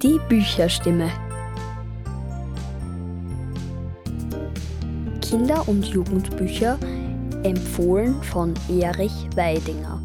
Die Bücherstimme. Kinder- und Jugendbücher empfohlen von Erich Weidinger.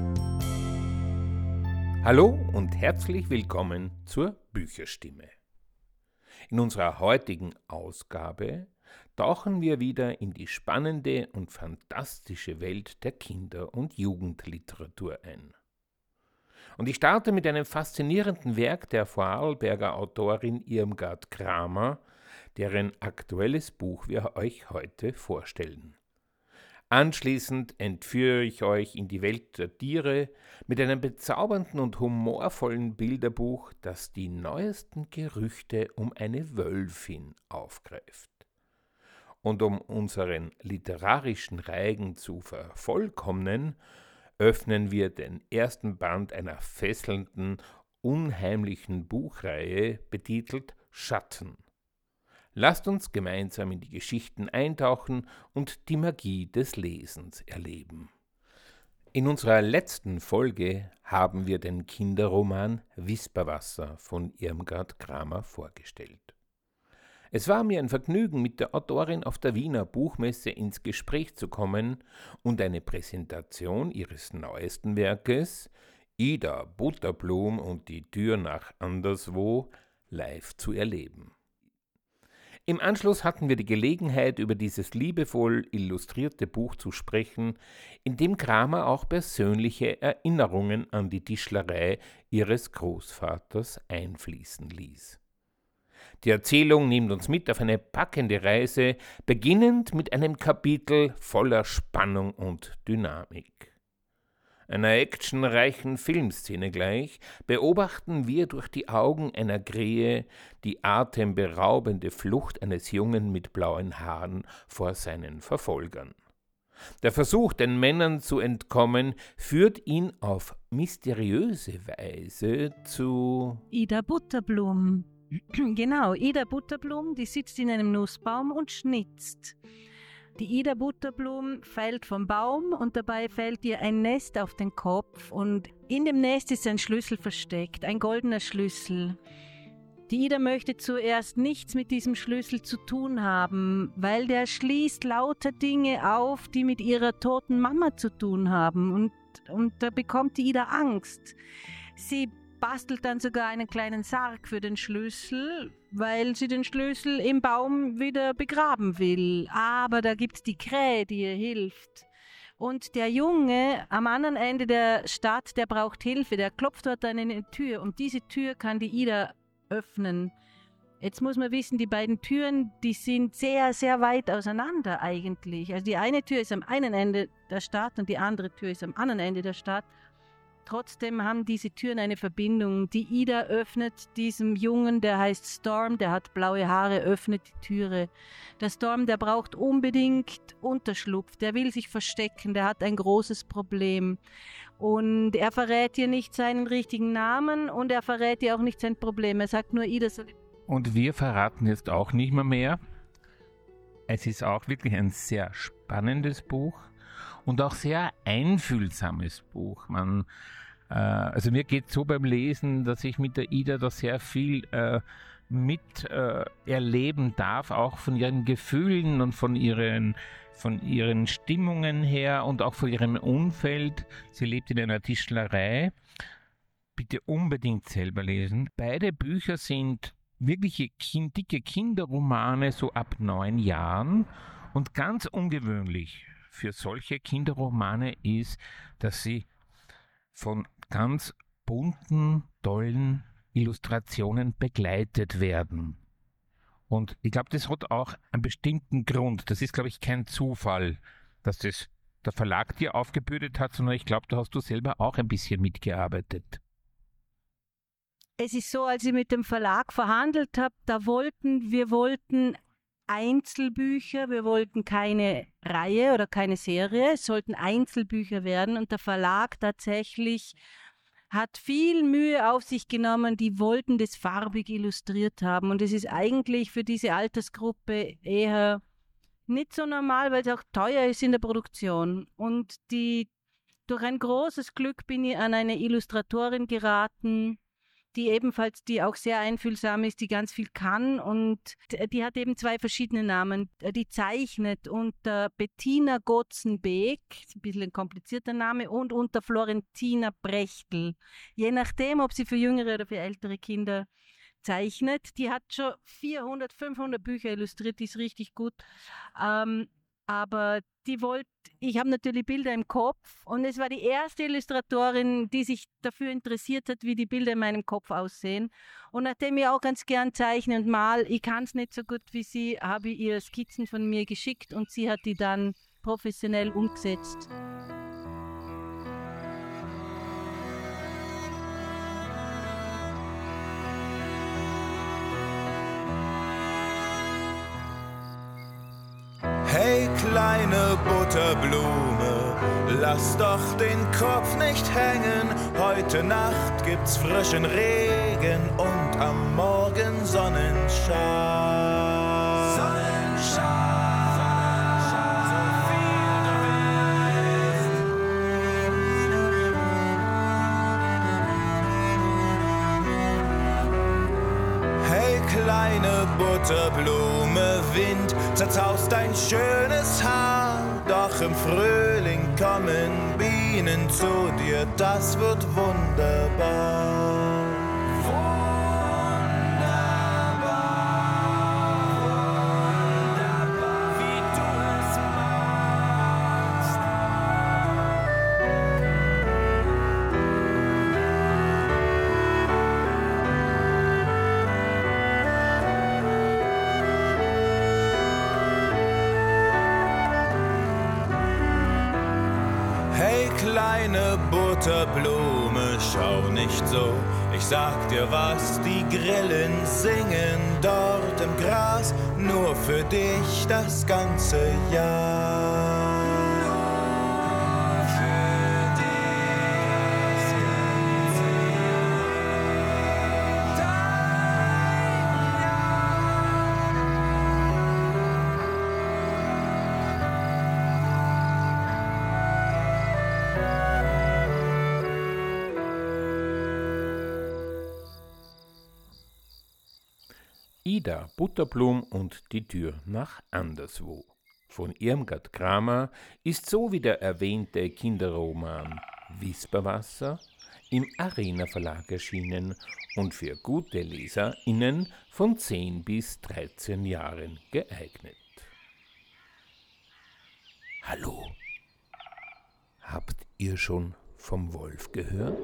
Hallo und herzlich willkommen zur Bücherstimme. In unserer heutigen Ausgabe tauchen wir wieder in die spannende und fantastische Welt der Kinder- und Jugendliteratur ein. Und ich starte mit einem faszinierenden Werk der Vorarlberger Autorin Irmgard Kramer, deren aktuelles Buch wir euch heute vorstellen. Anschließend entführe ich euch in die Welt der Tiere mit einem bezaubernden und humorvollen Bilderbuch, das die neuesten Gerüchte um eine Wölfin aufgreift. Und um unseren literarischen Reigen zu vervollkommnen, öffnen wir den ersten Band einer fesselnden, unheimlichen Buchreihe, betitelt Schatten. Lasst uns gemeinsam in die Geschichten eintauchen und die Magie des Lesens erleben. In unserer letzten Folge haben wir den Kinderroman Wisperwasser von Irmgard Kramer vorgestellt. Es war mir ein Vergnügen, mit der Autorin auf der Wiener Buchmesse ins Gespräch zu kommen und eine Präsentation ihres neuesten Werkes, Ida Butterblum und die Tür nach anderswo, live zu erleben. Im Anschluss hatten wir die Gelegenheit, über dieses liebevoll illustrierte Buch zu sprechen, in dem Kramer auch persönliche Erinnerungen an die Tischlerei ihres Großvaters einfließen ließ. Die Erzählung nimmt uns mit auf eine packende Reise, beginnend mit einem Kapitel voller Spannung und Dynamik. Einer actionreichen Filmszene gleich beobachten wir durch die Augen einer Krähe die atemberaubende Flucht eines Jungen mit blauen Haaren vor seinen Verfolgern. Der Versuch, den Männern zu entkommen, führt ihn auf mysteriöse Weise zu Ida Butterblum. Genau, Ida Butterblum, die sitzt in einem Nussbaum und schnitzt. Die Ida Butterblum fällt vom Baum und dabei fällt ihr ein Nest auf den Kopf und in dem Nest ist ein Schlüssel versteckt, ein goldener Schlüssel. Die Ida möchte zuerst nichts mit diesem Schlüssel zu tun haben, weil der schließt lauter Dinge auf, die mit ihrer toten Mama zu tun haben und da bekommt die Ida Angst. Sie bastelt dann sogar einen kleinen Sarg für den Schlüssel, weil sie den Schlüssel im Baum wieder begraben will. Aber da gibt es die Krähe, die ihr hilft. Und der Junge am anderen Ende der Stadt, der braucht Hilfe, der klopft dort an eine Tür und diese Tür kann die Ida öffnen. Jetzt muss man wissen, die beiden Türen, die sind sehr, sehr weit auseinander eigentlich. Also die eine Tür ist am einen Ende der Stadt und die andere Tür ist am anderen Ende der Stadt. Trotzdem haben diese Türen eine Verbindung. Die Ida öffnet diesem Jungen, der heißt Storm, der hat blaue Haare, öffnet die Türe. Der Storm, der braucht unbedingt Unterschlupf, der will sich verstecken, der hat ein großes Problem. Und er verrät ihr nicht seinen richtigen Namen und er verrät ihr auch nicht sein Problem. Er sagt nur, Ida soll... Und wir verraten jetzt auch nicht mehr. Es ist auch wirklich ein sehr spannendes Buch. Und auch sehr einfühlsames Buch. Also mir geht es so beim Lesen, dass ich mit der Ida da sehr viel erleben darf, auch von ihren Gefühlen und von ihren Stimmungen her und auch von ihrem Umfeld. Sie lebt in einer Tischlerei. Bitte unbedingt selber lesen. Beide Bücher sind wirkliche dicke Kinderromane, so ab 9 Jahren und ganz ungewöhnlich für solche Kinderromane ist, dass sie von ganz bunten, tollen Illustrationen begleitet werden. Und ich glaube, das hat auch einen bestimmten Grund. Das ist, glaube ich, kein Zufall, dass das der Verlag dir aufgebürdet hat, sondern ich glaube, da hast du selber auch ein bisschen mitgearbeitet. Es ist so, als ich mit dem Verlag verhandelt habe, wir wollten Einzelbücher, wir wollten keine Reihe oder keine Serie, es sollten Einzelbücher werden und der Verlag tatsächlich hat viel Mühe auf sich genommen, die wollten das farbig illustriert haben und es ist eigentlich für diese Altersgruppe eher nicht so normal, weil es auch teuer ist in der Produktion und durch ein großes Glück bin ich an eine Illustratorin geraten, die auch sehr einfühlsam ist, die ganz viel kann, und die hat eben 2 verschiedene Namen. Die zeichnet unter Bettina Gotzenbeek, ist ein bisschen ein komplizierter Name, und unter Florentina Brechtl. Je nachdem, ob sie für jüngere oder für ältere Kinder zeichnet. Die hat schon 400, 500 Bücher illustriert, die ist richtig gut. Aber ich habe natürlich Bilder im Kopf, und es war die erste Illustratorin, die sich dafür interessiert hat, wie die Bilder in meinem Kopf aussehen. Und nachdem ich auch ganz gern zeichne und mal, ich kann es nicht so gut wie sie, habe ich ihr Skizzen von mir geschickt und sie hat die dann professionell umgesetzt. Hey kleine Butterblume, lass doch den Kopf nicht hängen. Heute Nacht gibt's frischen Regen und am Morgen Sonnenschein. Hey kleine Butterblume, Wind zerzaust dein schönes Haar. Doch im Frühling kommen Bienen zu dir, das wird wunderbar. Wunderbar, wie du es machst. Hey kleine Butterblume, schau nicht so, ich sag dir was, die Grillen singen dort im Gras, nur für dich das ganze Jahr. Nur für dich das ganze Jahr. Dein Ida Butterblum und die Tür nach anderswo von Irmgard Kramer ist so wie der erwähnte Kinderroman Wisperwasser im Arena Verlag erschienen und für gute LeserInnen von 10 bis 13 Jahren geeignet. Hallo, habt ihr schon vom Wolf gehört?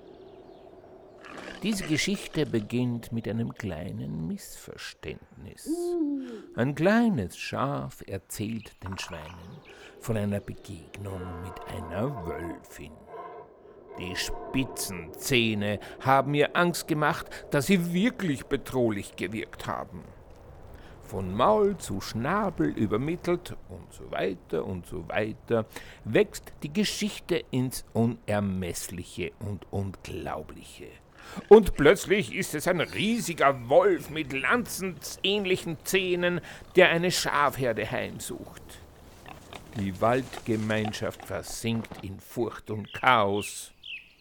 Diese Geschichte beginnt mit einem kleinen Missverständnis. Ein kleines Schaf erzählt den Schweinen von einer Begegnung mit einer Wölfin. Die spitzen Zähne haben ihr Angst gemacht, dass sie wirklich bedrohlich gewirkt haben. Von Maul zu Schnabel übermittelt und so weiter, wächst die Geschichte ins Unermessliche und Unglaubliche. Und plötzlich ist es ein riesiger Wolf mit lanzensähnlichen Zähnen, der eine Schafherde heimsucht. Die Waldgemeinschaft versinkt in Furcht und Chaos.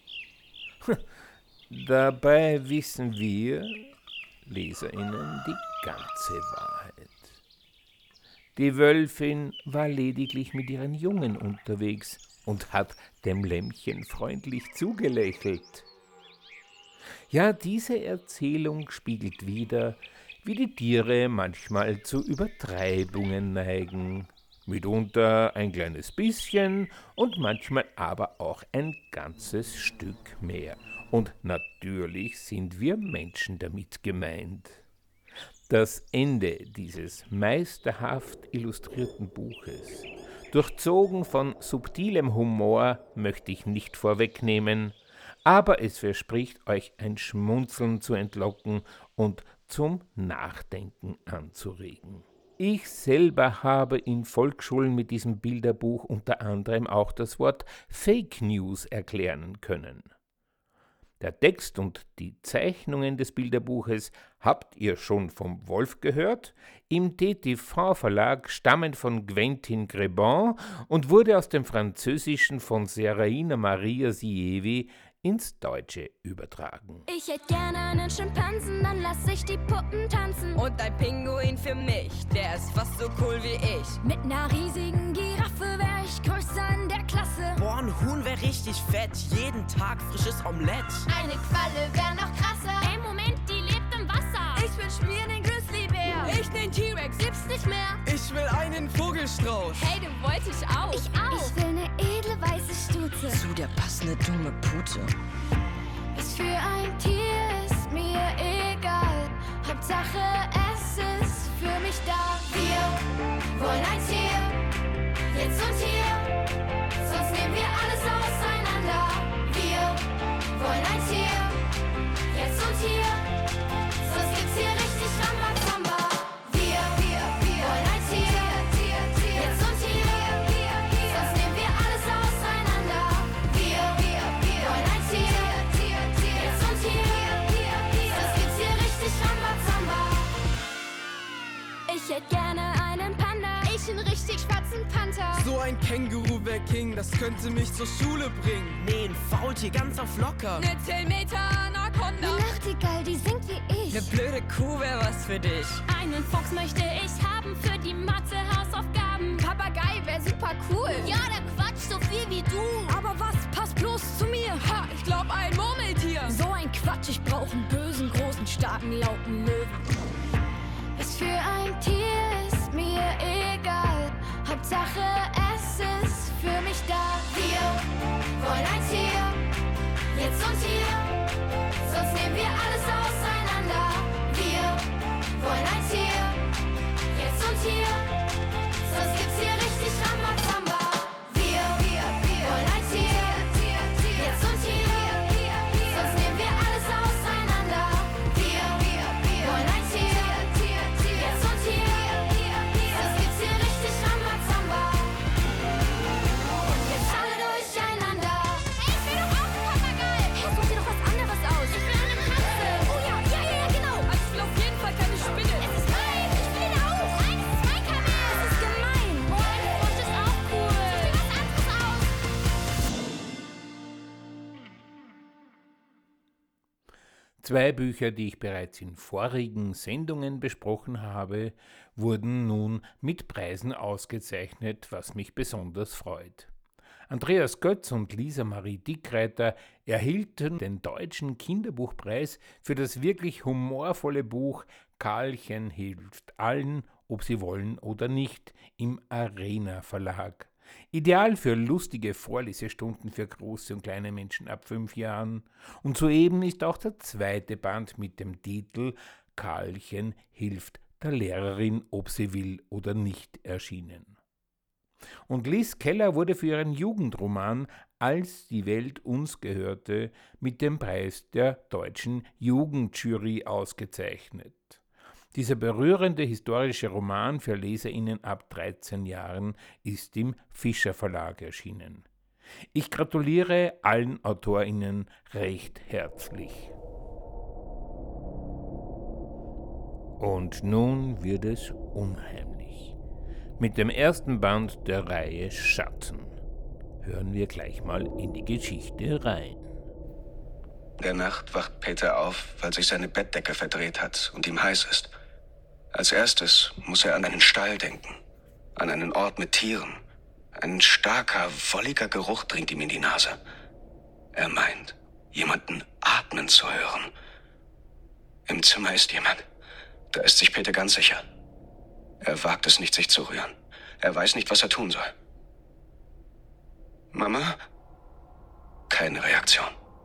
Dabei wissen wir, LeserInnen, die ganze Wahrheit. Die Wölfin war lediglich mit ihren Jungen unterwegs und hat dem Lämmchen freundlich zugelächelt. Ja, diese Erzählung spiegelt wider, wie die Tiere manchmal zu Übertreibungen neigen. Mitunter ein kleines bisschen und manchmal aber auch ein ganzes Stück mehr. Und natürlich sind wir Menschen damit gemeint. Das Ende dieses meisterhaft illustrierten Buches, durchzogen von subtilem Humor, möchte ich nicht vorwegnehmen, aber es verspricht euch ein Schmunzeln zu entlocken und zum Nachdenken anzuregen. Ich selber habe in Volksschulen mit diesem Bilderbuch unter anderem auch das Wort Fake News erklären können. Der Text und die Zeichnungen des Bilderbuches habt ihr schon vom Wolf gehört, im DTV-Verlag stammend von Quentin Grebon und wurde aus dem Französischen von Seraina Maria Sievi ins Deutsche übertragen. Ich hätte gerne einen Schimpansen, dann lass ich die Puppen tanzen. Und ein Pinguin für mich, der ist fast so cool wie ich. Mit einer riesigen Giraffe wär ich größer in der Klasse. Boah, ein Huhn wär richtig fett, jeden Tag frisches Omelett. Eine Qualle wär noch krasser. Ey, Moment, die lebt im Wasser. Ich will spielen den Grizzlybär. Ich den T-Rex. Gibt's nicht mehr. Ich will einen Vogelstrauß. Hey, den wollte ich auch. Ich auch. Ich will eine edle weiße Stute. Zu der passende dumme Pute. Was für ein Tier ist mir egal. Hauptsache es ist für mich da. Wir wollen ein Tier, jetzt und hier. Sonst nehmen wir alles auseinander. Wir wollen ein Tier, jetzt und hier. Sonst gibt's hier richtig Rambazamba. Wir wollen ein Tier, jetzt und hier. Sonst nehmen wir alles auseinander. Wir wollen ein Tier, jetzt und hier. Sonst gibt's hier richtig Rambazamba. Ich hätte gerne einen Panda, ich einen richtig schwarzen Panther. So ein Känguru wär King, das könnte mich zur Schule bringen. Nee, ein Faultier ganz auf locker. Ne 10 Meter Anaconda. Eine Nachtigall, die singt wie ich. Ne blöde Kuh wär was für dich. Einen Fuchs möchte ich haben für die Mathe-Hausaufgaben. Papagei wär super cool. Ja, der quatscht so viel wie du. Aber was passt bloß zu mir? Ha, ich glaub ein Murmeltier. So ein Quatsch, ich brauch einen bösen, großen, starken, lauten Löwen. Was für ein Tier ist mir egal. Hauptsache es ist für mich da. Wir wollen ein Tier, jetzt und hier. Sonst nehmen wir alles auseinander. Wir wollen ein Tier, jetzt und hier. Sonst gibt's hier richtig Rambazamba. Wir wollen ein Tier, jetzt und hier. Sonst nehmen wir alles auseinander. Wir wollen ein Tier, jetzt und hier. Sonst gibt's hier richtig Rambazamba. Und jetzt alle durcheinander. Ich will doch auch einen Papagei. Hey, such dir doch was anderes aus. Ich will eine Katze. Oh ja, genau. Also ich will auf jeden Fall keine Spinne. Es ist mein. Ich will ihn auch. Nein, es ist mein Kamel. Es ist gemein. Oh, ein Frosch ist auch cool. Such dir was anderes aus. Zwei Bücher, die ich bereits in vorigen Sendungen besprochen habe, wurden nun mit Preisen ausgezeichnet, was mich besonders freut. Andreas Götz und Lisa Marie Dickreiter erhielten den Deutschen Kinderbuchpreis für das wirklich humorvolle Buch Karlchen hilft allen, ob sie wollen oder nicht, im Arena Verlag. Ideal für lustige Vorlesestunden für große und kleine Menschen ab 5 Jahren. Und soeben ist auch der zweite Band mit dem Titel Karlchen hilft der Lehrerin, ob sie will oder nicht erschienen. Und Liz Keller wurde für ihren Jugendroman Als die Welt uns gehörte mit dem Preis der Deutschen Jugendjury ausgezeichnet. Dieser berührende historische Roman für LeserInnen ab 13 Jahren ist im Fischer Verlag erschienen. Ich gratuliere allen AutorInnen recht herzlich. Und nun wird es unheimlich. Mit dem ersten Band der Reihe Schatten. Hören wir gleich mal in die Geschichte rein. In der Nacht wacht Peter auf, weil sich seine Bettdecke verdreht hat und ihm heiß ist. Als erstes muss er an einen Stall denken, an einen Ort mit Tieren. Ein starker, wolliger Geruch dringt ihm in die Nase. Er meint, jemanden atmen zu hören. Im Zimmer ist jemand. Da ist sich Peter ganz sicher. Er wagt es nicht, sich zu rühren. Er weiß nicht, was er tun soll. Mama? Keine Reaktion.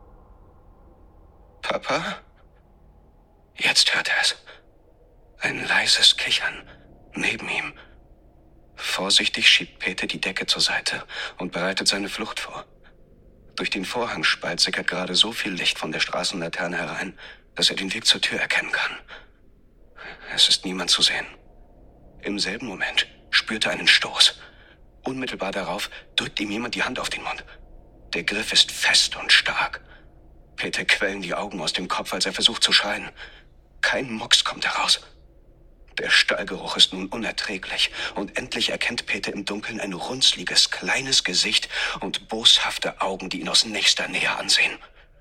Papa? Jetzt hört er es. Ein leises Kichern neben ihm. Vorsichtig schiebt Peter die Decke zur Seite und bereitet seine Flucht vor. Durch den Vorhangspalt sickert gerade so viel Licht von der Straßenlaterne herein, dass er den Weg zur Tür erkennen kann. Es ist niemand zu sehen. Im selben Moment spürt er einen Stoß. Unmittelbar darauf drückt ihm jemand die Hand auf den Mund. Der Griff ist fest und stark. Peter quellen die Augen aus dem Kopf, als er versucht zu schreien. Kein Mucks kommt heraus. Der Stallgeruch ist nun unerträglich und endlich erkennt Peter im Dunkeln ein runzliges, kleines Gesicht und boshafte Augen, die ihn aus nächster Nähe ansehen.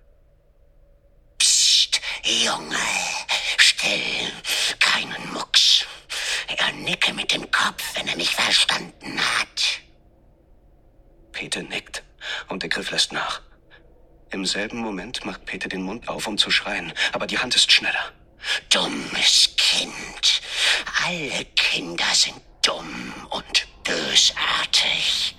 Junge, still, keinen Mucks. Er nicke mit dem Kopf, wenn er mich verstanden hat. Peter nickt und der Griff lässt nach. Im selben Moment macht Peter den Mund auf, um zu schreien, aber die Hand ist schneller. Dummes Kind. Alle Kinder sind dumm und bösartig.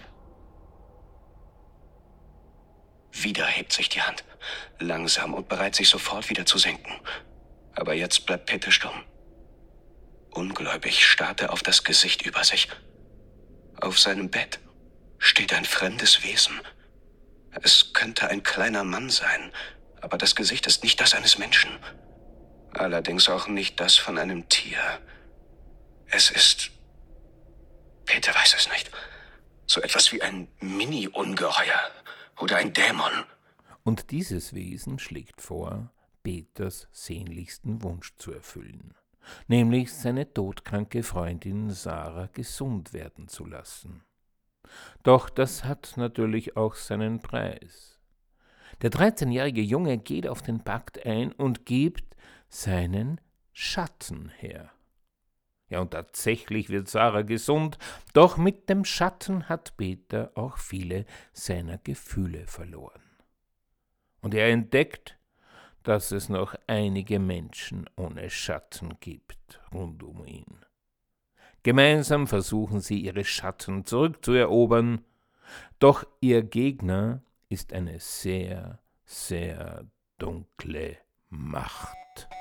Wieder hebt sich die Hand, langsam und bereit, sich sofort wieder zu senken. Aber jetzt bleibt Peter stumm. Ungläubig starrt er auf das Gesicht über sich. Auf seinem Bett steht ein fremdes Wesen. Es könnte ein kleiner Mann sein, aber das Gesicht ist nicht das eines Menschen. Allerdings auch nicht das von einem Tier. Es ist... Peter weiß es nicht. So etwas wie ein Mini-Ungeheuer oder ein Dämon. Und dieses Wesen schlägt vor, Peters sehnlichsten Wunsch zu erfüllen, nämlich seine todkranke Freundin Sarah gesund werden zu lassen. Doch das hat natürlich auch seinen Preis. Der 13-jährige Junge geht auf den Pakt ein und gibt seinen Schatten her. Ja, und tatsächlich wird Sarah gesund, doch mit dem Schatten hat Peter auch viele seiner Gefühle verloren. Und er entdeckt, dass es noch einige Menschen ohne Schatten gibt rund um ihn. Gemeinsam versuchen sie, ihre Schatten zurückzuerobern, doch ihr Gegner ist eine sehr, sehr dunkle Macht.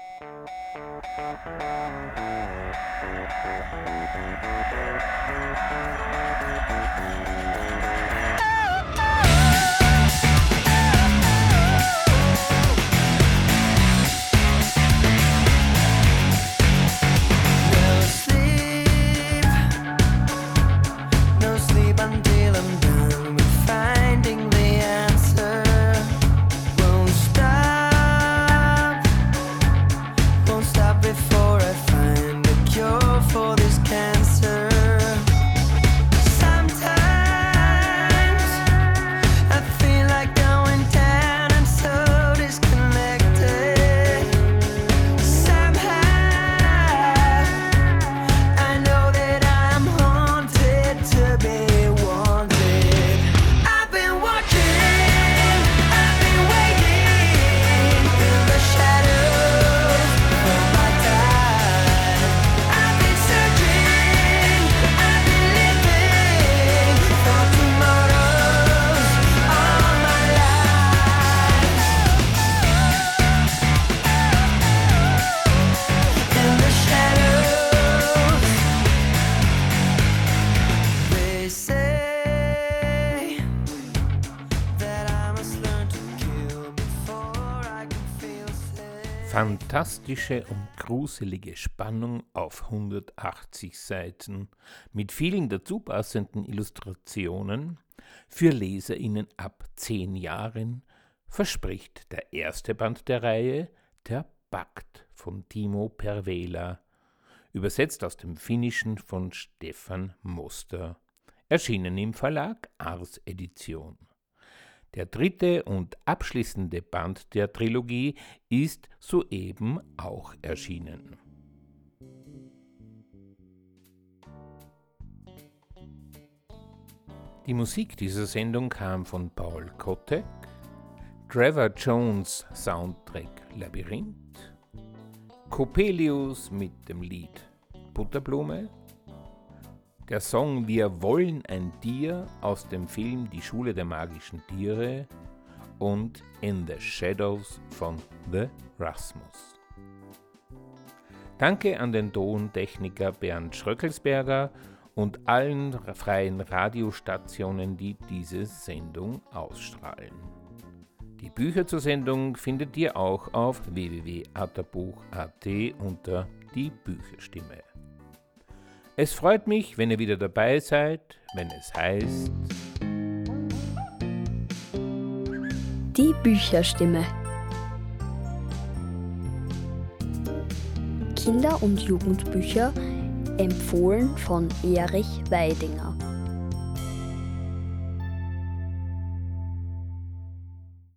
Fantastische und gruselige Spannung auf 180 Seiten mit vielen dazu passenden Illustrationen für LeserInnen ab 10 Jahren verspricht der erste Band der Reihe, Der Pakt von Timo Pervela, übersetzt aus dem Finnischen von Stefan Moster, erschienen im Verlag Ars Edition. Der dritte und abschließende Band der Trilogie ist soeben auch erschienen. Die Musik dieser Sendung kam von Paul Kotek, Trevor Jones Soundtrack Labyrinth, Coppelius mit dem Lied Butterblume, der Song Wir wollen ein Tier aus dem Film Die Schule der magischen Tiere und In the Shadows von The Rasmus. Danke an den Tontechniker Bernd Schröckelsberger und allen freien Radiostationen, die diese Sendung ausstrahlen. Die Bücher zur Sendung findet ihr auch auf www.atterbuch.at unter die Bücherstimme. Es freut mich, wenn ihr wieder dabei seid, wenn es heißt Die Bücherstimme. Kinder- und Jugendbücher empfohlen von Erich Weidinger.